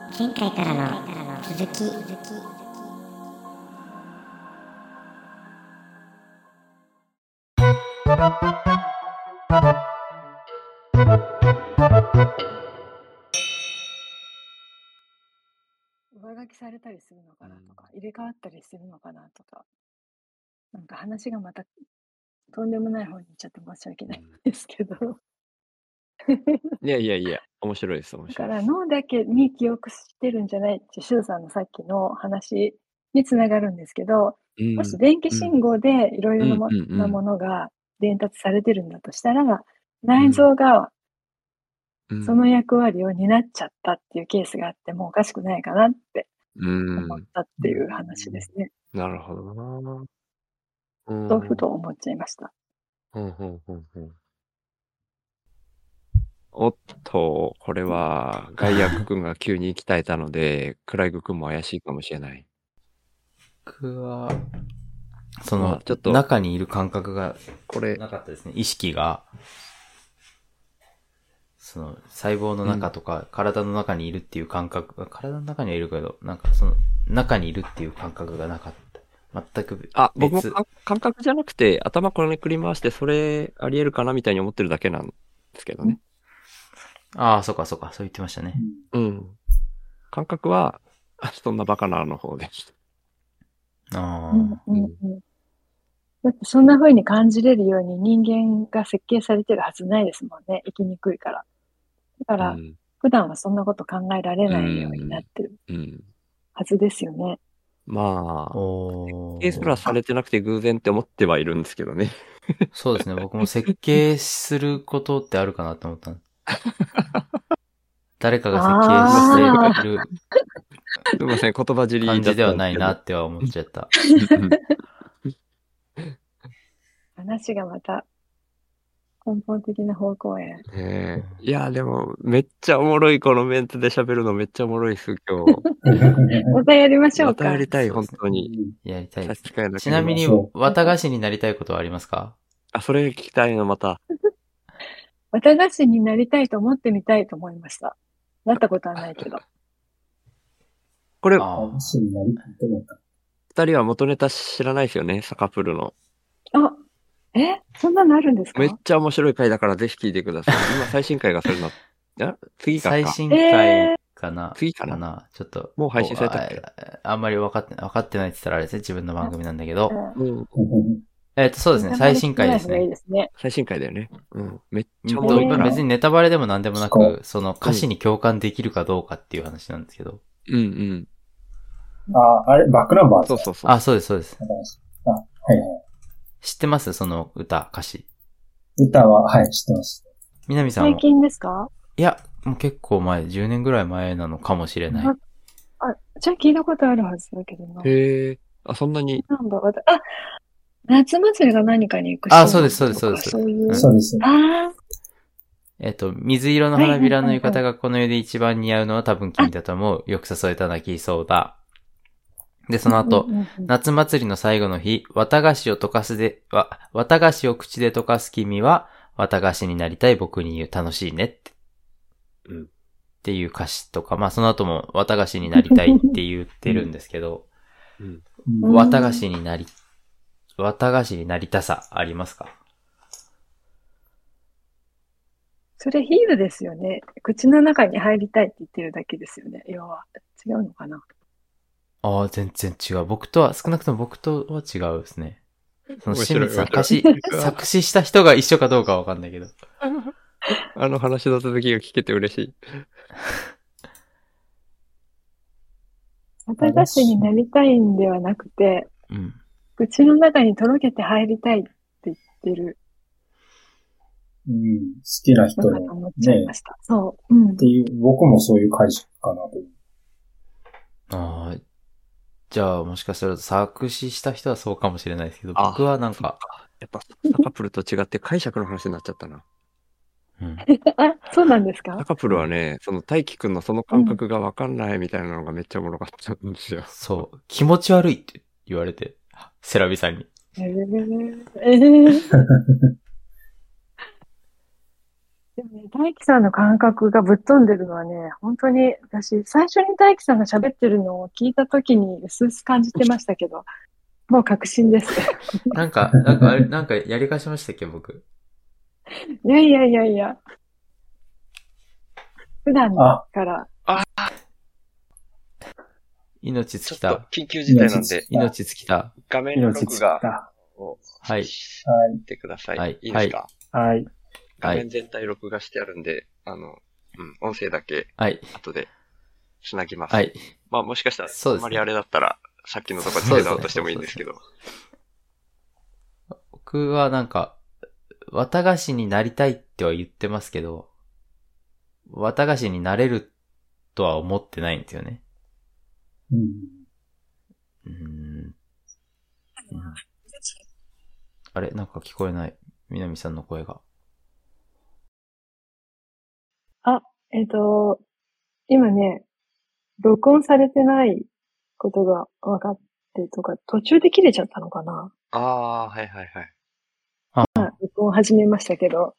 前回からの続き。 上書きされたりするのかなとか、入れ替わったりするのかなとか、なんか話がまたとんでもない方に行っちゃって申し訳ないんですけど。 いやいやいや、面白いです、面だ白いです。 から脳だけに記憶してるんじゃないってシュウさんのさっきの話につながるんですけど、もし電気信号でいろいろなものが伝達されてるんだとしたら、内臓がその役割を担っちゃったっていうケースがあってもおかしくないかなって思ったっていう話ですね。 なるほどな。 とふと思っちゃいました。 おっと、これはガイアク君が急に鍛えたので、クライグ君も怪しいかもしれない。 僕は、その、ちょっと中にいる感覚が、これ、なかったですね。意識が、その、細胞の中とか、体の中にいるっていう感覚、体の中にはいるけど、なんかその、中にいるっていう感覚がなかった。全く別。 僕も感覚じゃなくて、頭こねくり回して、それあり得るかなみたいに思ってるだけなんですけどね。 ああ、そうかそうか、そう言ってましたね。 感覚は、そんなバカなの方でした。 だってそんな風に感じれるように人間が設計されてるはずないですもんね。生きにくいから。だから、普段はそんなこと考えられないようになってるはずですよね。 まあ、設計すらされてなくて偶然って思ってはいるんですけどね。 そうですね。僕も設計することってあるかなと思った誰かが設計してるすみません、言葉尻感じではないなっては思っちゃった。 話がまた根本的な方向へ。 いや、でも、めっちゃおもろい、このメンツで喋るのめっちゃおもろいです、今日。 またやりましょうか。 またやりたい、本当に。 やりたいです。ちなみに、綿菓子になりたいことはありますか？ それ聞きたいの、また。 綿菓子になりたいと思ってみたいと思いました。なったことはないけど。 これ、二人は元ネタ知らないですよね、サカプルの。 そんなのあるんですか？ めっちゃ面白い回だからぜひ聞いてください。今最新回がそれの、次か。 最新回かな。 次かな。 ちょっと。 もう配信されたっけ？ あんまり分かってないって言ったらあれですね、自分の番組なんだけど。そうですね、最新回ですね。 最新回だよね。めっちゃおもろいから。 別にネタバレでもなんでもなく、その歌詞に共感できるかどうかっていう話なんですけど。 あれ、バックナンバーそう。 そうです、そうです。 はいはい。 知ってますその歌詞。 歌は、はい、知ってます。 南さんは。 最近ですか？ いや、もう結構前、10年ぐらい前なのかもしれない。 じゃあ聞いたことあるはずだけどな。 へえ。そんなに。 夏祭りが何かに行くそうです。 そうです。 水色の花びらの浴衣がこの世で一番似合うのは多分君だと思う。よく誘えた泣きそうだ。で、その後、夏祭りの最後の日、綿菓子を口で溶かす君は、綿菓子になりたい僕に言う楽しいねって。っていう歌詞とか、その後も綿菓子になりたいって言ってるんですけど、綿菓子になりたさありますか？ それ比喩ですよね。口の中に入りたいって言ってるだけですよね。要は。違うのかな？ 全然違う。少なくとも僕とは違うですね。その清水さん、作詞した人が一緒かどうかはわかんないけど。 話の続きが聞けて嬉しい。 綿菓子になりたいんではなくて、口の中にとろけて入りたいって言ってる。 好きな人の思っちゃいました。そう。 っていう、僕もそういう解釈かなと。 じゃあ、もしかしたら作詞した人はそうかもしれないですけど、僕はなんか。 やっぱ、サカプルと違って解釈の話になっちゃったな。 そうなんですか？ サカプルはね、その大輝くんのその感覚がわかんないみたいなのがめっちゃおもろかったんですよ。 そう。気持ち悪いって言われて、セラビさんに。 でもね、大輝さんの感覚がぶっ飛んでるのはね、本当に私、最初に大輝さんが喋ってるのを聞いたときに薄々感じてましたけど、もう確信です。 なんかやり返しましたっけ、僕。 いや。普段から。 命尽きた。 ちょっと緊急事態なんで、 命尽きた。 画面の録画をしてください。 はい。 いいですか？ はい。 画面全体録画してあるんで、音声だけ、後で繋ぎます。 はい。 まあもしかしたら、あんまりあれだったら、さっきのところでフェードアウトしてもいいんですけど。 僕はなんか、綿菓子になりたいっては言ってますけど、綿菓子になれるとは思ってないんですよね。あれ、なんか聞こえない。南さんの声が。 今ね、録音されてないことが分かってとか、途中で切れちゃったのかな？ はい。 録音始めましたけど。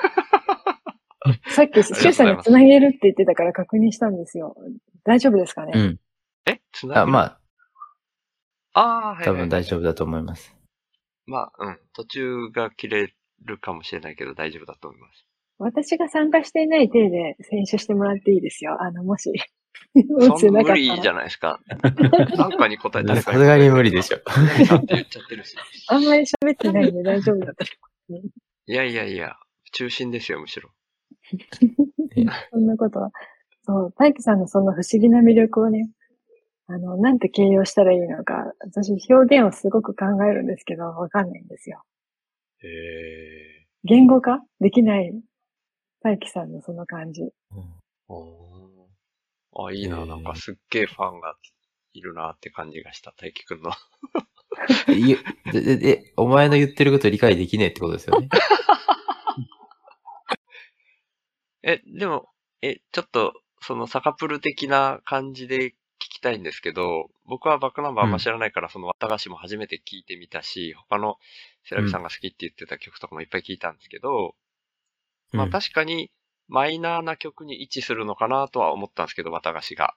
さっき、シュウさんが繋げるって言ってたから確認したんですよ。大丈夫ですかね？ 繋げる？ まあ。 はい。 多分大丈夫だと思います。 まあ、途中が切れるかもしれないけど大丈夫だと思います。 私が参加していない体で選手してもらっていいですよ。もし。 そんな無理じゃないですか。なんかに答えたら。 さすがに無理でしょ。 って言っちゃってるし。 あんまり喋ってないんで大丈夫だと思います。 いや、中心ですよ、むしろ。 そんなことは。そう、大輝さんのその不思議な魅力をね、なんて形容したらいいのか、私表現をすごく考えるんですけど、わかんないんですよ。言語化できない大輝さんのその感じ。 いいな、なんかすっげえファンがいるなって感じがした、大輝くんの。 お前の言ってること理解できねえってことですよね。 でも、ちょっと、そのサカプル的な感じで聞きたいんですけど、僕はバックナンバーあんま知らないから、その綿菓子も初めて聞いてみたし、他のセラビさんが好きって言ってた曲とかもいっぱい聞いたんですけど、まあ確かにマイナーな曲に位置するのかなとは思ったんですけど、綿菓子が。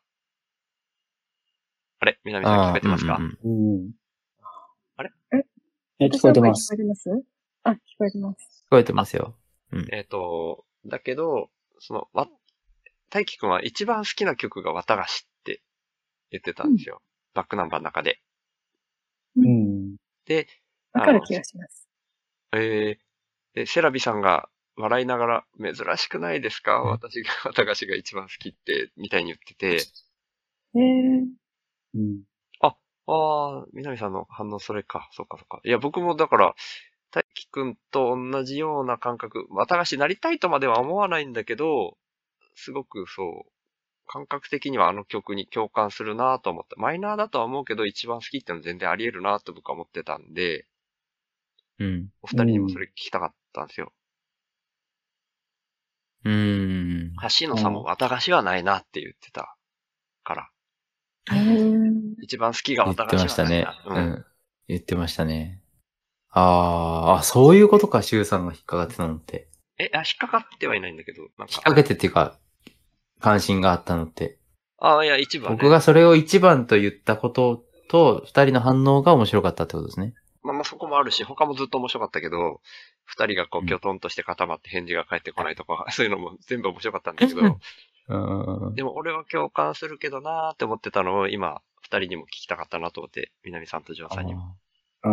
あれ？南さん聞こえてますか？あれ？ 聞こえてます。 聞こえてます？聞こえてます。 聞こえてますよ。 だけど、大輝くんは一番好きな曲が綿菓子って言ってたんですよ。バックナンバーの中で。で、 わかる気がします。 で、セラビさんが笑いながら、珍しくないですか？私が綿菓子が一番好きって、みたいに言ってて。南さんの反応それか。そうか。いや、僕もだから、大輝くんと同じような感覚、綿菓子になりたいとまでは思わないんだけど、すごく感覚的にはあの曲に共感するなと思った。マイナーだとは思うけど、一番好きってのは全然あり得るなと僕は思ってたんで、お二人にもそれ聞きたかったんですよ。橋野さんも綿菓子はないなって言ってたから。一番好きが綿菓子はないな。 言ってましたね。そういうことか、シュウさんが引っかかってたのって。 引っかかってはいないんだけど、なんか。 引っかけてっていうか、関心があったのって。 いや、一番、ね。 僕がそれを一番と言ったことと、二人の反応が面白かったってことですね。 まあそこもあるし、他もずっと面白かったけど、二人がきょとんとして固まって返事が返ってこないとか、そういうのも全部面白かったんだけど、でも俺は共感するけどなーって思ってたのを今、二人にも聞きたかったなと思って、南さんとジョアさんにも。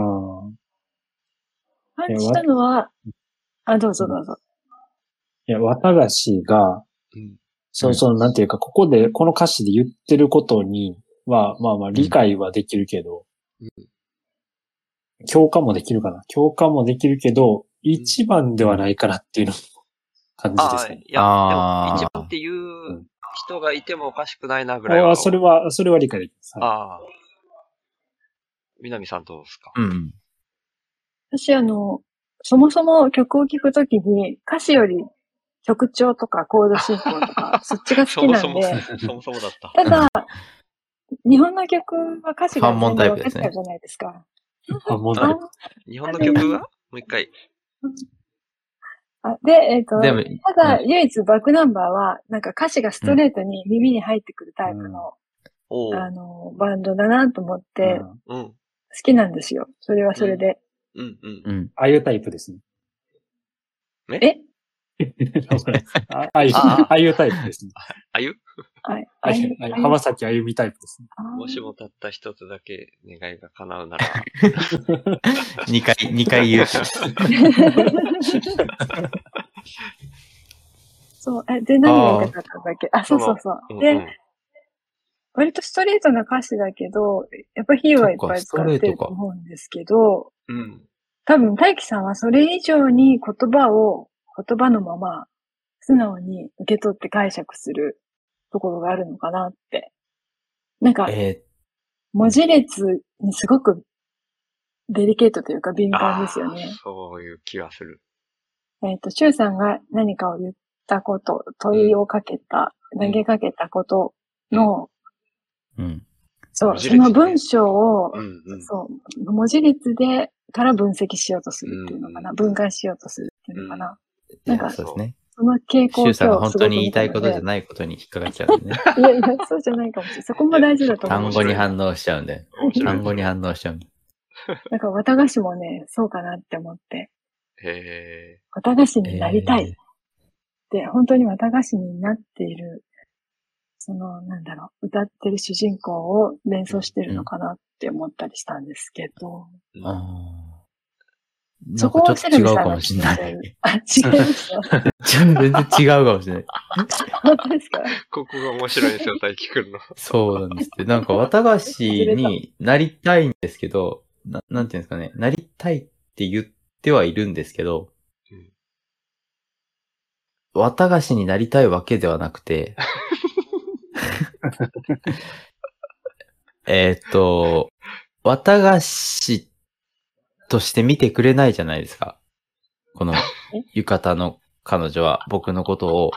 感じたのは、どうぞ。 いや、綿菓子が、なんていうか、この歌詞で言ってることには、まあ理解はできるけど、共感もできるかな。共感もできるけど、一番ではないかなっていうの感じですね。 いや、でも一番っていう人がいてもおかしくないなぐらいは。 それは理解できます。 南さんどうですか？ 私そもそも曲を聴くときに歌詞より曲調とかコード進行とかそっちが好きなんで。 そもそもだった。 ただ、日本の曲は歌詞が全部分かっちゃうじゃないですか。 日本の曲はもう一回。 で、 でも、 ただ、唯一バックナンバーは、なんか歌詞がストレートに耳に入ってくるタイプの、バンドだなと思って、好きなんですよ。それはそれで。 ああいうタイプですね。 えああいうタイプですね。浜崎あゆみタイプですね。 もしもたった一つだけ願いが叶うなら。 2回言う。 そう、で、何が言いたかったんだっけ？そう。で、割とストレートな歌詞だけど、やっぱ比喩はいっぱい使ってると思うんですけど、多分、大輝さんはそれ以上に言葉のまま、素直に受け取って解釈するところがあるのかなって。なんか、文字列にすごくデリケートというか敏感ですよね。 そういう気がする。 シュウさんが何かを言ったこと、問いをかけた、投げかけたことの、そう、その文章を、そう、文字列でから分析しようとするっていうのかな、分解しようとするっていうのかな。なんか、 そうですね。 その傾向シュウさんが本当に言いたいことじゃないことに引っかかっちゃうんでね。 いや、そうじゃないかもしれない。そこも大事だと思う。 単語に反応しちゃうんで。単語に反応しちゃうんで。 なんか、綿菓子もね、そうかなって思って。 へー。 綿菓子になりたい。で、本当に綿菓子になっている、歌ってる主人公を連想してるのかなって思ったりしたんですけど。 なんかちょっと違うかもしれない。 違いますよ。 全然違うかもしれない。 本当ですか？ ここが面白いですよ、大輝くんの。 そうなんですって。なんか、綿菓子になりたいんですけど、なんていうんですかね。なりたいって言ってはいるんですけど、綿菓子になりたいわけではなくて、綿菓子として見てくれないじゃないですか。この浴衣の彼女は僕のことを、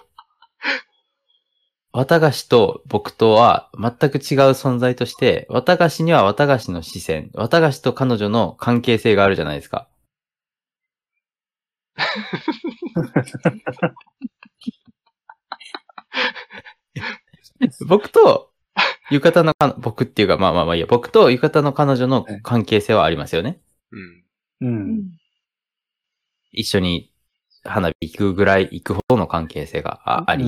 綿菓子と僕とは全く違う存在として、綿菓子には綿菓子の視線、綿菓子と彼女の関係性があるじゃないですか。僕と浴衣の僕っていうか、まあいいや、僕と浴衣の彼女の関係性はありますよね。一緒に花火行くぐらい行くほどの関係性があり。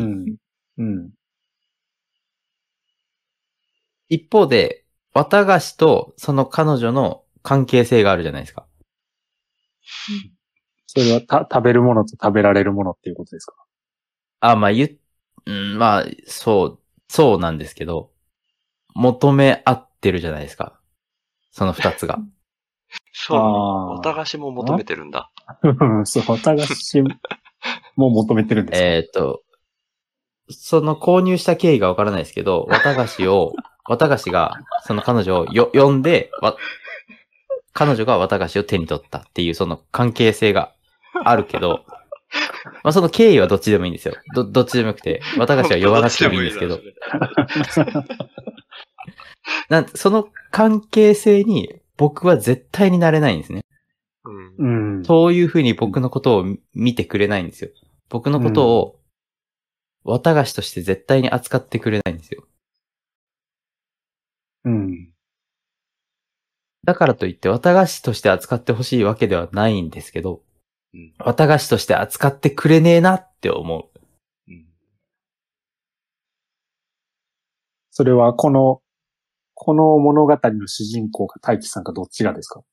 一方で、綿菓子とその彼女の関係性があるじゃないですか。 それは食べるものと食べられるものっていうことですか？ そうなんですけど、求め合ってるじゃないですか。その二つが。 そうなの？お互しも求めてるんだ。 そう、お互しも求めてるんですか？ その購入した経緯がわからないですけど、綿菓子がその彼女を呼んで、彼女が綿菓子を手に取ったっていうその関係性があるけど、その経緯はどっちでもいいんですよ。どっちでもよくて、綿菓子は呼ばなくてもいいんですけど。その関係性に僕は絶対になれないんですね。そういうふうに僕のことを見てくれないんですよ。僕のことを綿菓子として絶対に扱ってくれないんですよ。だからといって綿菓子として扱ってほしいわけではないんですけど、綿菓子として扱ってくれねえなって思う。 それはこの物語の主人公が大輝さんかどっちがですか？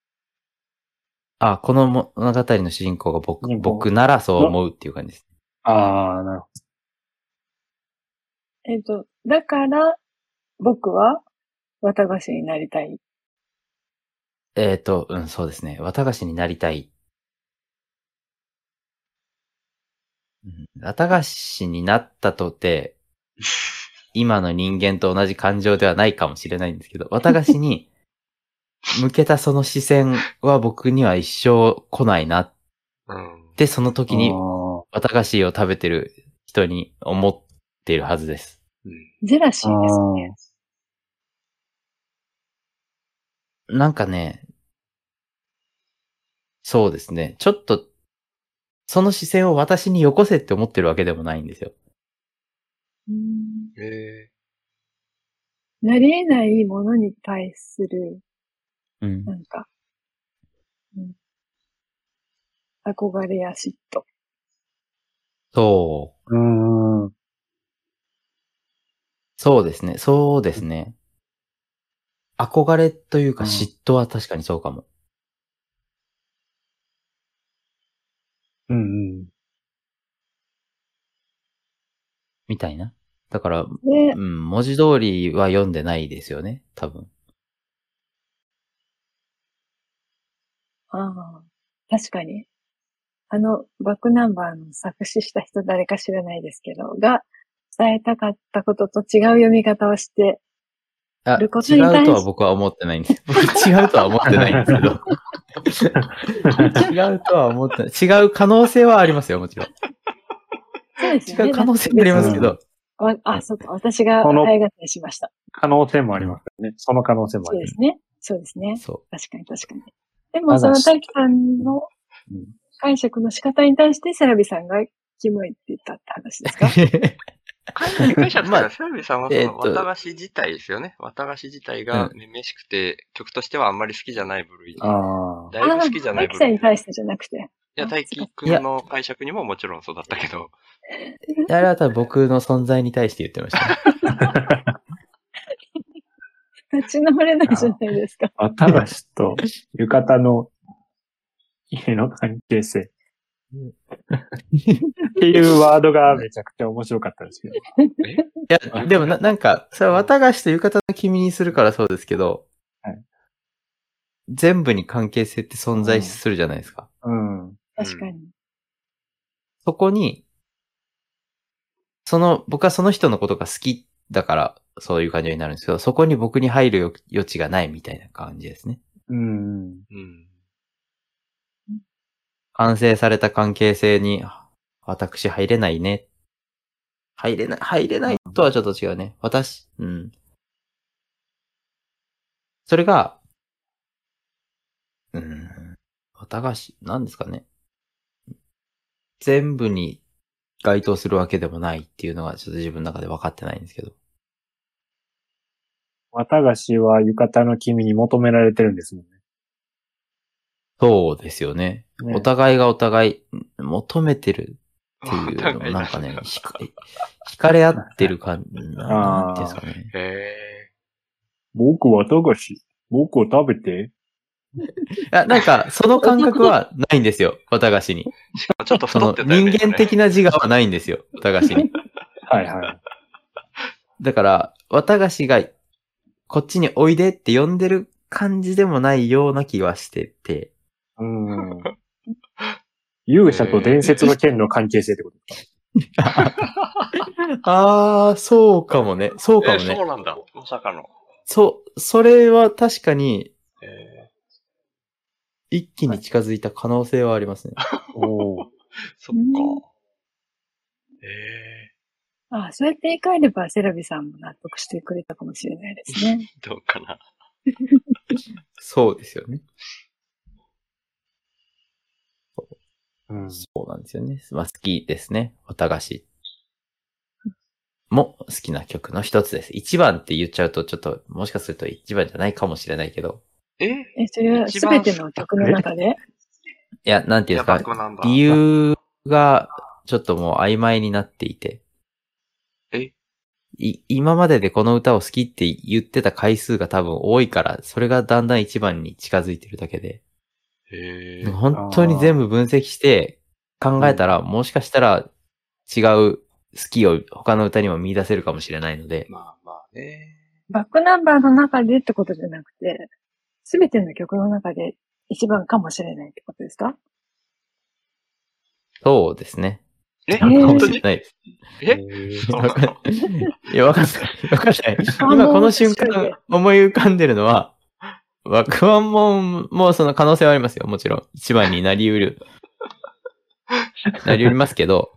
この物語の主人公が僕ならそう思うっていう感じです。 なるほど。だから、僕は、綿菓子になりたい。 そうですね。綿菓子になりたい。綿菓子になったとて、今の人間と同じ感情ではないかもしれないんですけど、綿菓子に向けたその視線は僕には一生来ないなってその時に綿菓子を食べてる人に思っているはずです。 ジェラシーですね。 なんかね、そうですね。ちょっとその視線を私によこせって思ってるわけでもないんですよ。 なり得ないものに対する、なんか、憧れや嫉妬。 そう。そうですね。そうですね。憧れというか嫉妬は確かにそうかも。みたいな。だから、文字通りは読んでないですよね、多分。 確かに。バックナンバーの作詞した人誰か知らないですけど、が伝えたかったことと違う読み方をしてることに対して。 違うとは僕は思ってないんです。僕違うとは思ってないんですけど。違うとは思ってない。違う可能性はありますよ、もちろん。 そうですよね。 違う可能性もありますけど。 そうか。私が早がったりしました。 可能性もありますよね。その可能性もあります。 そうですね。 そう。 確かに。でも、その大輝さんの解釈の仕方に対して、セラビさんがキモいって言ったって話ですか？ 解釈は、セラビさんはその、綿菓子自体ですよね。綿菓子自体がめめしくて、曲としてはあんまり好きじゃない部類。だいぶ好きじゃない部類。 大輝さんに対してじゃなくて。 いや、大輝くんの解釈にももちろんそうだったけど。 あれは多分僕の存在に対して言ってました、 立ち直れないじゃないですか。 綿菓子と浴衣の家の関係性。っていうワードがめちゃくちゃ面白かったですけど。 いや、でもなんか、それは綿菓子と浴衣の君にするからそうですけど、全部に関係性って存在するじゃないですか。 確かに。 そこに、僕はその人のことが好きだから、そういう感じになるんですけど、そこに僕に入る余地がないみたいな感じですね。完成された関係性に、私入れないね。入れないとはちょっと違うね。それが、綿菓子、なんですかね。全部に該当するわけでもないっていうのがちょっと自分の中で分かってないんですけど。 綿菓子は浴衣の君に求められてるんですもんね。 そうですよね。お互いがお互い求めてるっていうのもなんかね、惹かれ合ってる感じ、なんていうんですかね。 僕は綿菓子。僕を食べて。 なんか、その感覚はないんですよ、綿菓子に。 ちょっと太ってたよね。 人間的な自我はないんですよ、綿菓子に。 はいはい。 だから、綿菓子が、こっちにおいでって呼んでる感じでもないような気はしてて。 勇者と伝説の剣の関係性ってことですか？そうかもね。そうかもね。 そうなんだ。まさかの。 それは確かに、一気に近づいた可能性はありますね。 そっか。 そうやって言い換えれば、セラビさんも納得してくれたかもしれないですね。 どうかな。 そうですよね。そうなんですよね。好きですね。綿菓子も好きな曲の一つです。一番って言っちゃうとちょっと、もしかすると一番じゃないかもしれないけど。 それは全ての曲の中で？ いや、なんていうんですか、理由がちょっともう曖昧になっていて。今まででこの歌を好きって言ってた回数が多分多いから、それがだんだん一番に近づいてるだけで。本当に全部分析して考えたら、もしかしたら違う好きを他の歌にも見出せるかもしれないので。 まあね。 バックナンバーの中でってことじゃなくて、すべての曲の中で一番かもしれないってことですか？ そうですね。 かもしれないです。 わかんない。 いや、わかんない。今この瞬間思い浮かんでるのは、ワクワンモンもその可能性はありますよ。もちろん。一番になり得ますけど。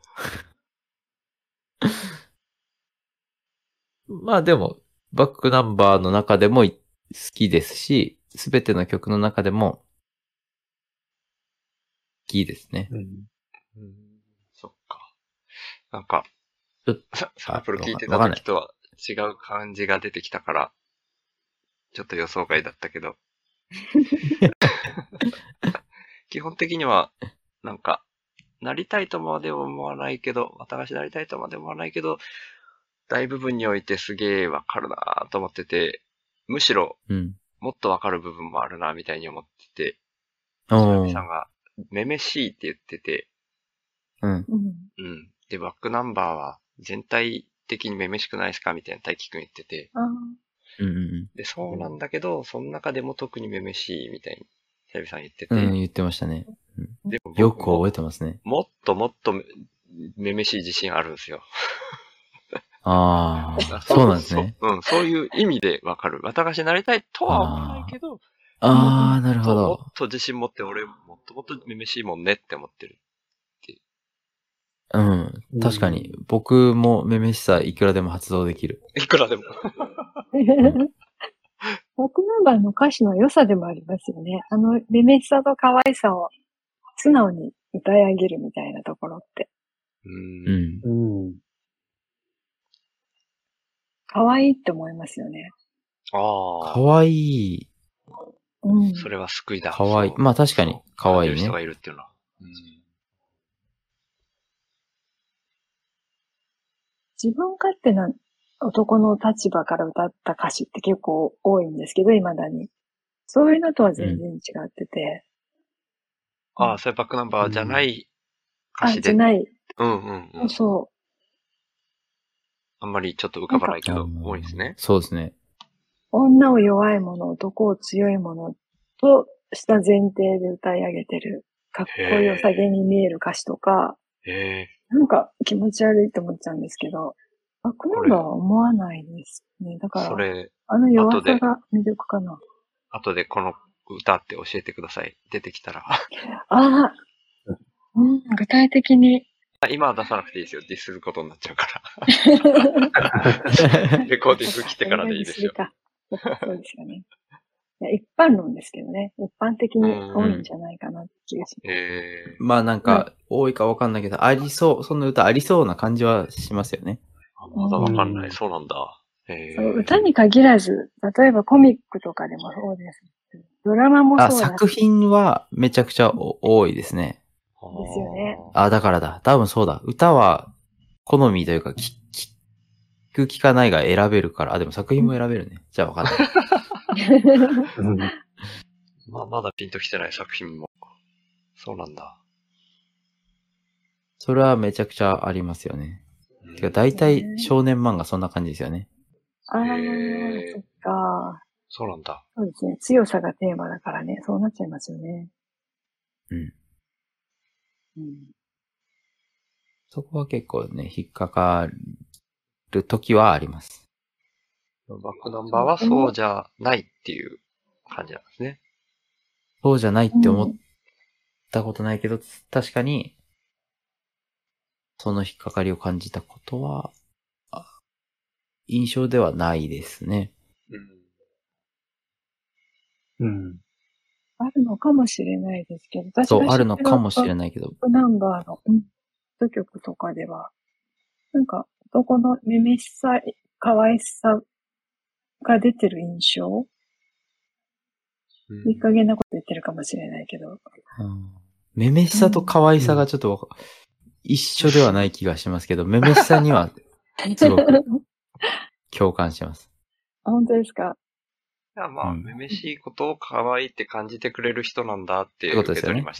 まあでも、バックナンバーの中でも好きですし、すべての曲の中でも好きですね。 そっか。なんか、サンプル聞いてた時とは違う感じが出てきたから、ちょっと予想外だったけど。基本的には、なんか、なりたいとまでは思わないけど、私なりたいとまで思わないけど、大部分においてすげえわかるなと思ってて、むしろ、もっとわかる部分もあるなみたいに思ってて、白見さんが、めめしいって言ってて、で、バックナンバーは全体的にめめしくないですかみたいな大輝くん言ってて、で、そうなんだけど、その中でも特にめめしいみたいに、白見さん言ってて。 言ってましたね。でもよく覚えてますね。 もっとめめしい自信あるんですよ。 ああ、そうなんですね。 そういう意味でわかる。私になりたいとは思わないけど、 なるほど。 もっと自信持って俺もっとめめしいもんねって思ってるって。 確かに。僕もめめしさいくらでも発動できる。 いくらでも。 バックナンバーの歌詞の良さでもありますよね。めめしさと可愛さを素直に歌い上げるみたいなところって。可愛いって思いますよね。 可愛い。 それは救いだ。 可愛い。まあ確かに可愛いね。 人がいるっていうのは。 自分勝手な男の立場から歌った歌詞って結構多いんですけど、未だに。そういうのとは全然違ってて。 それバックナンバーじゃない歌詞で。 じゃない。そう。 あんまりちょっと浮かばないけど、多いですね。 そうですね。 女を弱いもの、男を強いものとした前提で歌い上げてる、かっこよさげに見える歌詞とか、なんか気持ち悪いと思っちゃうんですけど、バックナンバーは思わないですね。だから、弱さが魅力かな。 後でこの歌って教えてください。出てきたら。 具体的に。 今は出さなくていいですよ。ディスることになっちゃうから。レコーディング来てからでいいですよ。 そうですよね。一般論ですけどね。一般的に多いんじゃないかなって気がします。 まあなんか、多いかわかんないけど、ありそう、その歌ありそうな感じはしますよね。 まだわかんない。そうなんだ。 歌に限らず、例えばコミックとかでもそうです。ドラマもそうだし。 作品はめちゃくちゃ多いですね。 ですよね。 だからだ。多分そうだ。歌は好みというか、聞く聞かないが選べるから。でも作品も選べるね。じゃあわかんない。 まだピンときてない作品も。そうなんだ。 それはめちゃくちゃありますよね。てか大体少年漫画そんな感じですよね。 そっか。 そうなんだ。 そうですね。強さがテーマだからね。そうなっちゃいますよね。 そこは結構ね、引っかかる時はあります。 バックナンバーはそうじゃないっていう感じなんですね。 そうじゃないって思ったことないけど、確かに、その引っかかりを感じたことは、印象ではないですね。 あるのかもしれないですけど、 そう、あるのかもしれないけど。 バックナンバーのヒット曲とかでは、なんか、どこのめめしさ、可愛さが出てる印象、いい加減なこと言ってるかもしれないけど。 めめしさと可愛さがちょっと一緒ではない気がしますけど、めめしさにはすごく共感します。 本当ですか？ めめしいことを可愛いって感じてくれる人なんだって受け取りました。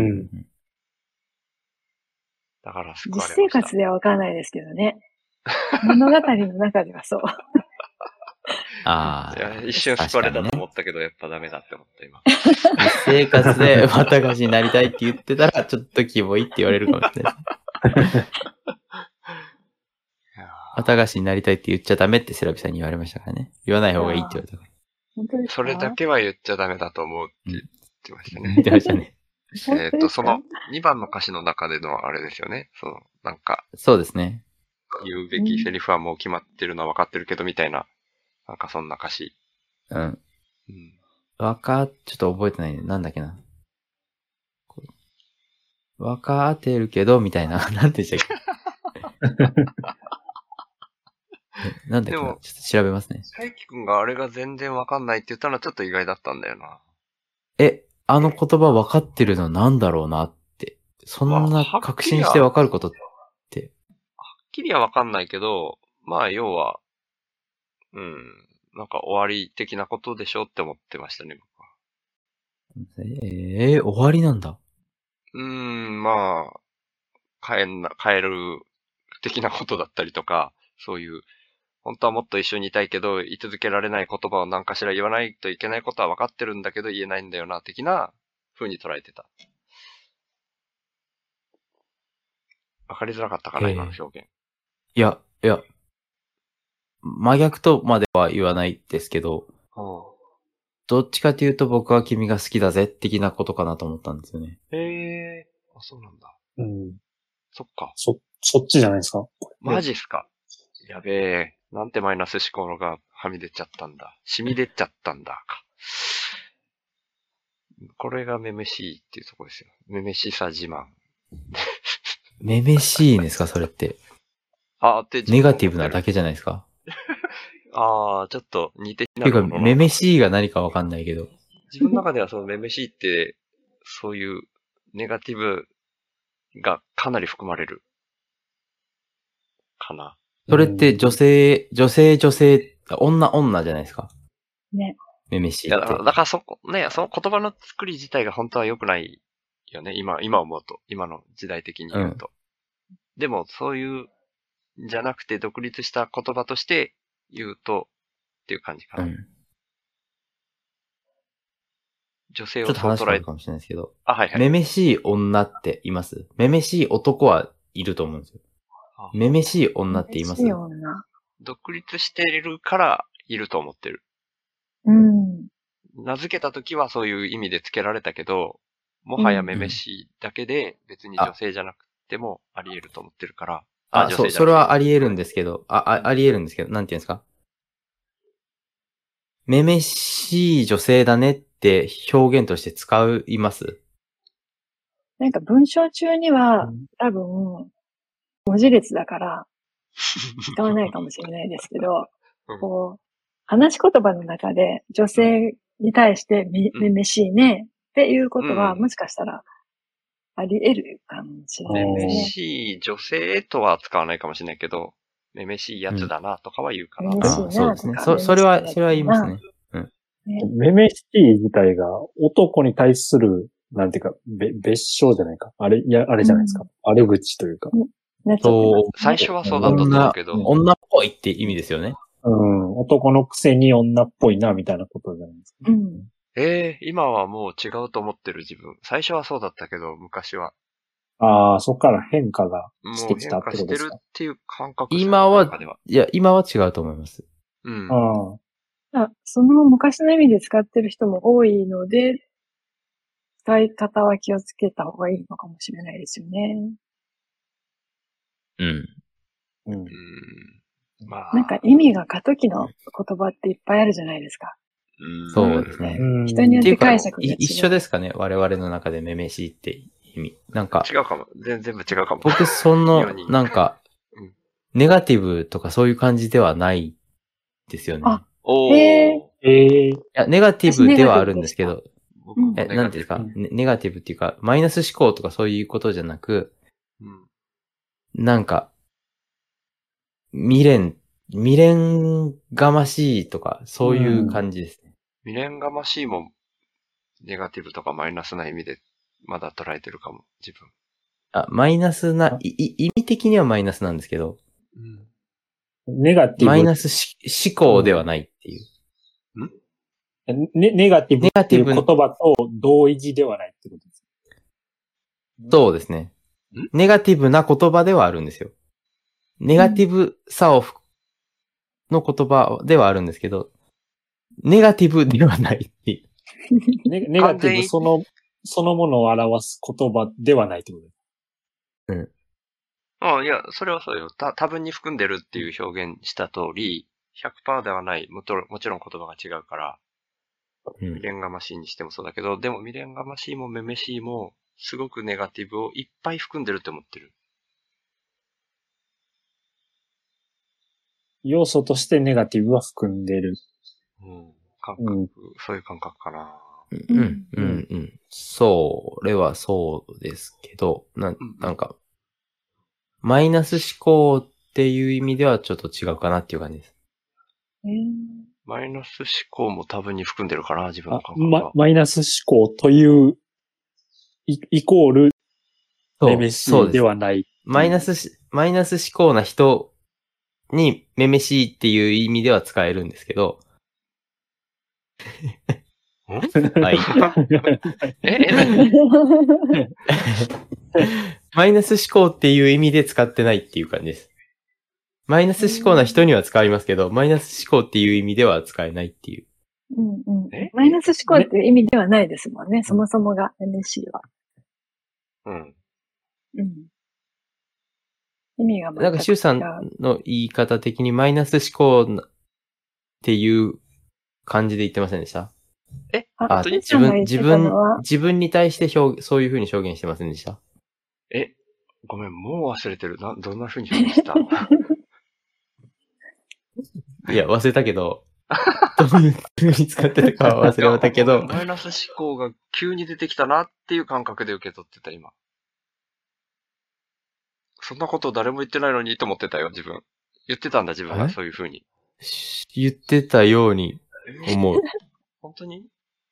だから救われました。 実生活ではわからないですけどね。物語の中ではそう。 一瞬救われたと思ったけど、やっぱダメだって思った今。 実生活で綿菓子になりたいって言ってたら、ちょっとキモいって言われるかもしれない。綿菓子になりたいって言っちゃダメってセラビさんに言われましたからね。言わない方がいいって言われたから。 本当ですか？ それだけは言っちゃダメだと思うって言ってましたね。 言ってましたね。 その2番の歌詞の中でのあれですよね。なんか。 そうですね。 言うべきセリフはもう決まってるのは分かってるけどみたいな。なんかそんな歌詞。 ちょっと覚えてないね。なんだっけな。 わかってるけど、みたいな。なんて言ったっけなんだっけな、ちょっと調べますね。 大輝くんがあれが全然わかんないって言ったのはちょっと意外だったんだよな。 あの言葉わかってるのなんだろうなって。そんな確信してわかることって。 はっきりはわかんないけど、まあ要は、なんか終わり的なことでしょって思ってましたね、僕は。 終わりなんだ。 まあ、帰る的なことだったりとか、そういう、本当はもっと一緒にいたいけど、居続けられない言葉を何かしら言わないといけないことは分かってるんだけど言えないんだよな、的な風に捉えてた。分かりづらかったかな、今の表現。 いや、真逆とまでは言わないですけど、どっちかというと僕は君が好きだぜ、的なことかなと思ったんですよね。 あ、そうなんだ。そっか。 そっちじゃないですか？ マジっすか。やべえ。なんてマイナス思考がはみ出ちゃったんだ。染み出ちゃったんだか。これがめめしいっていうところですよ。めめしさ自慢。 めめしいんですか、それって。ネガティブなだけじゃないですか。 ちょっと似て非なるもの。 ていうか、めめしいが何かわかんないけど。 自分の中ではそのめめしいって、そういうネガティブがかなり含まれる。かな。 それって女性、女じゃないですか。 ね。 めめしいって。 だからその言葉の作り自体が本当は良くないよね。今思うと。今の時代的に言うと。でも、そういう、じゃなくて独立した言葉として言うと、っていう感じかな。女性をそう捉えて。 ちょっと話変わるかもしれないですけど。 はいはい。 めめしい女っています？めめしい男はいると思うんですよ。めめしい女っています？めめしい女。 独立しているからいると思ってる。名付けた時はそういう意味で付けられたけど、もはやめめしいだけで別に女性じゃなくてもあり得ると思ってるから。 そう、それはあり得るんですけど、あり得るんですけど、なんていうんですか？めめしい女性だねって表現として使います？ なんか文章中には多分、文字列だから使わないかもしれないですけど、こう、話し言葉の中で女性に対してめめしいねっていうことは、もしかしたらあり得るかもしれないですね。 めめしい女性とは使わないかもしれないけど、めめしいやつだなとかは言うかな。 そうですね。それは言いますね。 めめしい自体が男に対する、なんていうか、別称じゃないか。あれじゃないですか。悪口というか。 最初はそうだったと思うけど。 女っぽいって意味ですよね。 男のくせに女っぽいな、みたいなことじゃないですか。 今はもう違うと思ってる自分。最初はそうだったけど、昔は。 そっから変化がしてきたってことですか？ もう変化してるっていう感覚。 今は違うと思います。 その昔の意味で使ってる人も多いので、使い方は気をつけた方がいいのかもしれないですよね。なんか意味が過渡期の言葉っていっぱいあるじゃないですか。 そうですね。 人によって解釈が違う。 一緒ですかね？我々の中でめめしいって意味。なんか。 違うかも。全部違うかも。 僕なんか、ネガティブとかそういう感じではないですよね。いや、ネガティブではあるんですけど、なんていうか、ネガティブっていうか、マイナス思考とかそういうことじゃなく、なんか、未練がましいとか、そういう感じですね。 未練がましいも、ネガティブとかマイナスな意味で、まだ捉えてるかも、自分。 マイナスな、意味的にはマイナスなんですけど、 ネガティブ。 マイナス思考ではないっていう。 ネガティブっていう言葉と同意義ではないってことです。 そうですね。ネガティブな言葉ではあるんですよ。ネガティブさの言葉ではあるんですけど、ネガティブではないっていう。 ネガティブそのものを表す言葉ではないってことです。 いや、それはそうよ。多分に含んでるっていう表現した通り、100% ではない。もちろん言葉が違うから、未練がましいにしてもそうだけど、でも未練がましいもめめしいも、 すごくネガティブをいっぱい含んでるって思ってる。 要素としてネガティブは含んでる。 感覚、そういう感覚かな。 それはそうですけど、なんか、マイナス思考っていう意味ではちょっと違うかなっていう感じです。 マイナス思考も多分に含んでるかな、自分の感覚は。 マイナス思考というイコールめめしいではない。 マイナス思考な人にめめしいっていう意味では使えるんですけど。はい。マイナス思考っていう意味で使ってないっていう感じです。マイナス思考な人には使いますけど、マイナス思考っていう意味では使えないっていう。 マイナス思考っていう意味ではないですもんね。そもそもが NC は。意味が全く違う。 なんか、シュウさんの言い方的にマイナス思考っていう感じで言ってませんでした？自分に対してそういう風に表現してませんでした？ ごめん、もう忘れてる。どんな風に表現したいや、忘れたけど、どういう風に使ってたかは忘れたけど。 マイナス思考が急に出てきたなっていう感覚で受け取ってた、今。そんなこと誰も言ってないのにと思ってたよ、自分。言ってたんだ、自分がそういう風に。 言ってたように思う。 本当に？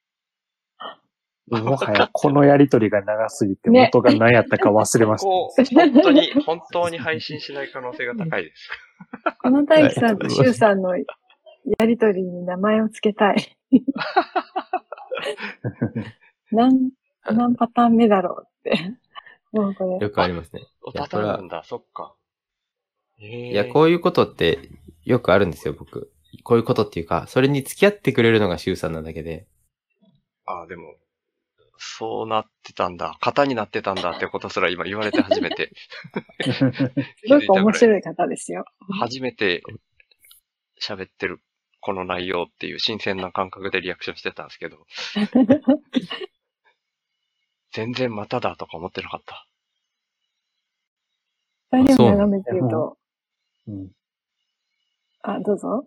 もはやこのやりとりが長すぎて元が何やったか忘れました。本当に配信しない可能性が高いです。 この大輝さんとシュウさんのやりとりに名前をつけたい。何パターン目だろうって。もうこれ。 よくありますね。 パターンなんだ、そっか。 いや、こういうことってよくあるんですよ、僕。こういうことっていうか、それに付き合ってくれるのがシュウさんなだけで。 でも、そうなってたんだ。型になってたんだってことすら今言われて初めて。 すごく面白い方ですよ。 初めて喋ってるこの内容っていう新鮮な感覚でリアクションしてたんですけど。全然まただとか思ってなかった。 二人を眺めてると。どうぞ。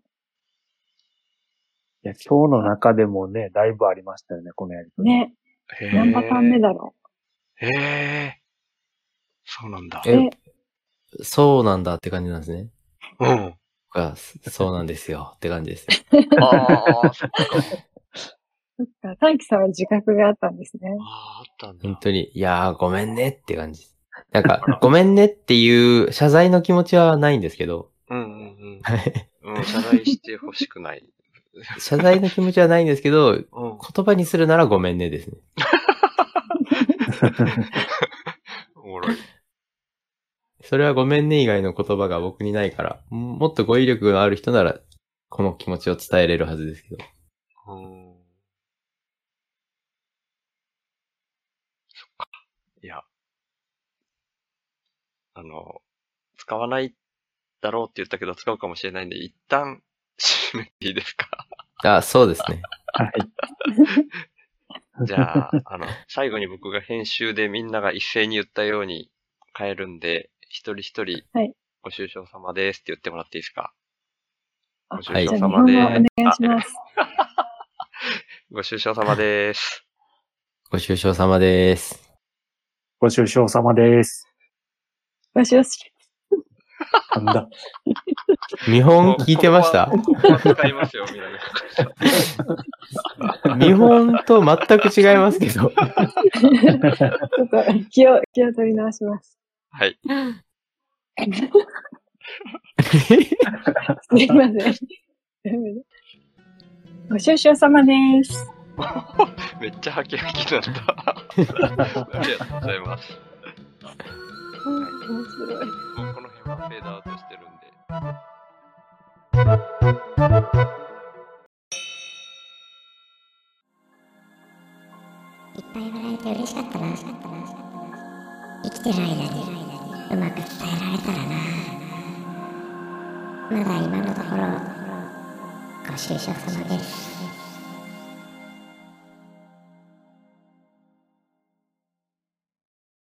いや、今日の中でもね、だいぶありましたよね、このやりとり。 ね。何パターン目だろう。そうなんだ。 そうなんだって感じなんですね。そうなんですよって感じです。 そっか。 そっか、大輝さんは自覚があったんですね。 あったんだ。 本当に、いやーごめんねって感じです。なんか、ごめんねっていう謝罪の気持ちはないんですけど。 謝罪してほしくない。 謝罪の気持ちはないんですけど、言葉にするならごめんねですね。 おもろい。 それはごめんね以外の言葉が僕にないから、もっと語彙力がある人なら、この気持ちを伝えれるはずですけど。 そっか。いや。使わないだろうって言ったけど使うかもしれないんで、一旦締めていいですか？ そうですね。 はい。 じゃあ、最後に僕が編集でみんなが一斉に言ったように変えるんで、一人一人、ご愁傷様ですって言ってもらっていいですか？ ご愁傷様です。お願いします。 ご愁傷様です。 ご愁傷様です。 ご愁傷様です。 ご愁傷。 なんだ。 見本聞いてました？ 使いますよ、 見本と全く違いますけど。ちょっと気を取り直します。 はい。 すいません。ご愁傷様です。 めっちゃハキハキなんだ。ありがとうございます。 面白い。 もうこの辺はフェードアウトしてるんで。 いっぱい笑えて嬉しかったな。生きてる間にうまく伝えられたらな。まだ今のところご愁傷様です。